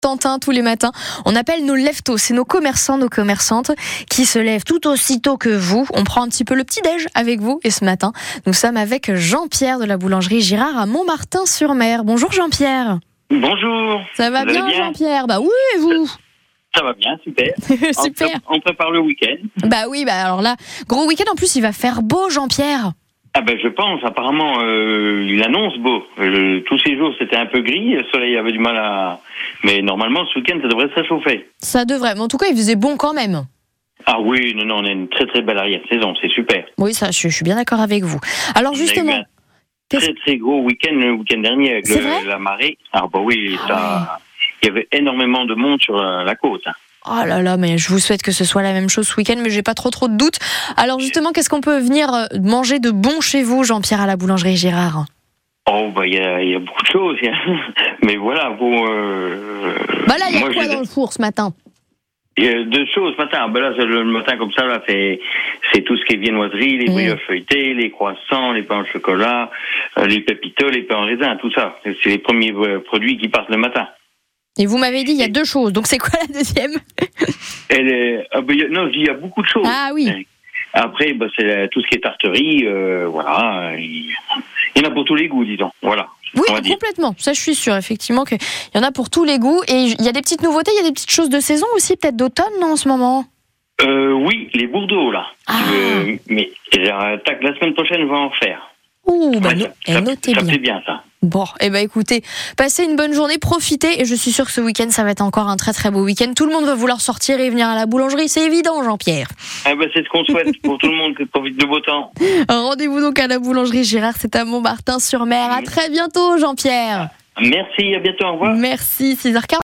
Tantin tous les matins. On appelle nos lève-tôt, c'est nos commerçants, nos commerçantes qui se lèvent tout aussi tôt que vous. On prend un petit peu le petit-déj avec vous et ce matin, nous sommes avec Jean-Pierre de la boulangerie Girard à Montmartin-sur-Mer. Bonjour Jean-Pierre. Bonjour. Ça va bien Jean-Pierre? Bah oui, et vous? Ça va bien, super. Super. On prépare le week-end. Bah oui, alors là, gros week-end en plus, il va faire beau Jean-Pierre. Ah ben je pense, apparemment, il annonce beau. Tous ces jours c'était un peu gris, le soleil avait du mal à... Mais normalement ce week-end ça devrait se réchauffer. Ça devrait, mais en tout cas il faisait bon quand même. Ah oui, non, on a une très très belle arrière-saison, c'est super. Oui, ça, je suis bien d'accord avec vous. Alors justement... On a eu un très très gros week-end le week-end dernier avec la marée. Ah bah oui, il y avait énormément de monde sur la côte. Oh là là, mais je vous souhaite que ce soit la même chose ce week-end, mais j'ai pas trop de doutes. Alors justement, qu'est-ce qu'on peut venir manger de bon chez vous, Jean-Pierre, à la boulangerie Girard? Oh bah il y a beaucoup de choses, mais voilà, vous... Bah là, il y a quoi dans le four ce matin? Il y a deux choses ce matin. Ben là, le matin comme ça, là, c'est tout ce qui est viennoiserie, les brioches feuilletées, les croissants, les pains au chocolat, les pépitos, les pains en raisin, tout ça. C'est les premiers produits qui partent le matin. Et vous m'avez dit il y a deux choses, donc c'est quoi la deuxième? Non, il y a beaucoup de choses. Ah oui. Après, c'est tout ce qui est tarterie, voilà. Il y en a pour tous les goûts, disons. Voilà. Oui, complètement. Ça, je suis sûre, effectivement, qu'il y en a pour tous les goûts. Et il y a des petites nouveautés, il y a des petites choses de saison aussi, peut-être d'automne, non, en ce moment? Oui, les bourdeaux, là. Mais la semaine prochaine, on va en faire. Ouh, notez bien. Ça fait bien, ça. Bon, écoutez, passez une bonne journée, profitez, et je suis sûre que ce week-end, ça va être encore un très très beau week-end. Tout le monde va vouloir sortir et venir à la boulangerie, c'est évident, Jean-Pierre. C'est ce qu'on souhaite pour tout le monde, qui profite du beau temps. Rendez-vous donc à la boulangerie Girard, c'est à Montmartin-sur-Mer. À très bientôt, Jean-Pierre. Merci, à bientôt, au revoir. Merci, 6h40.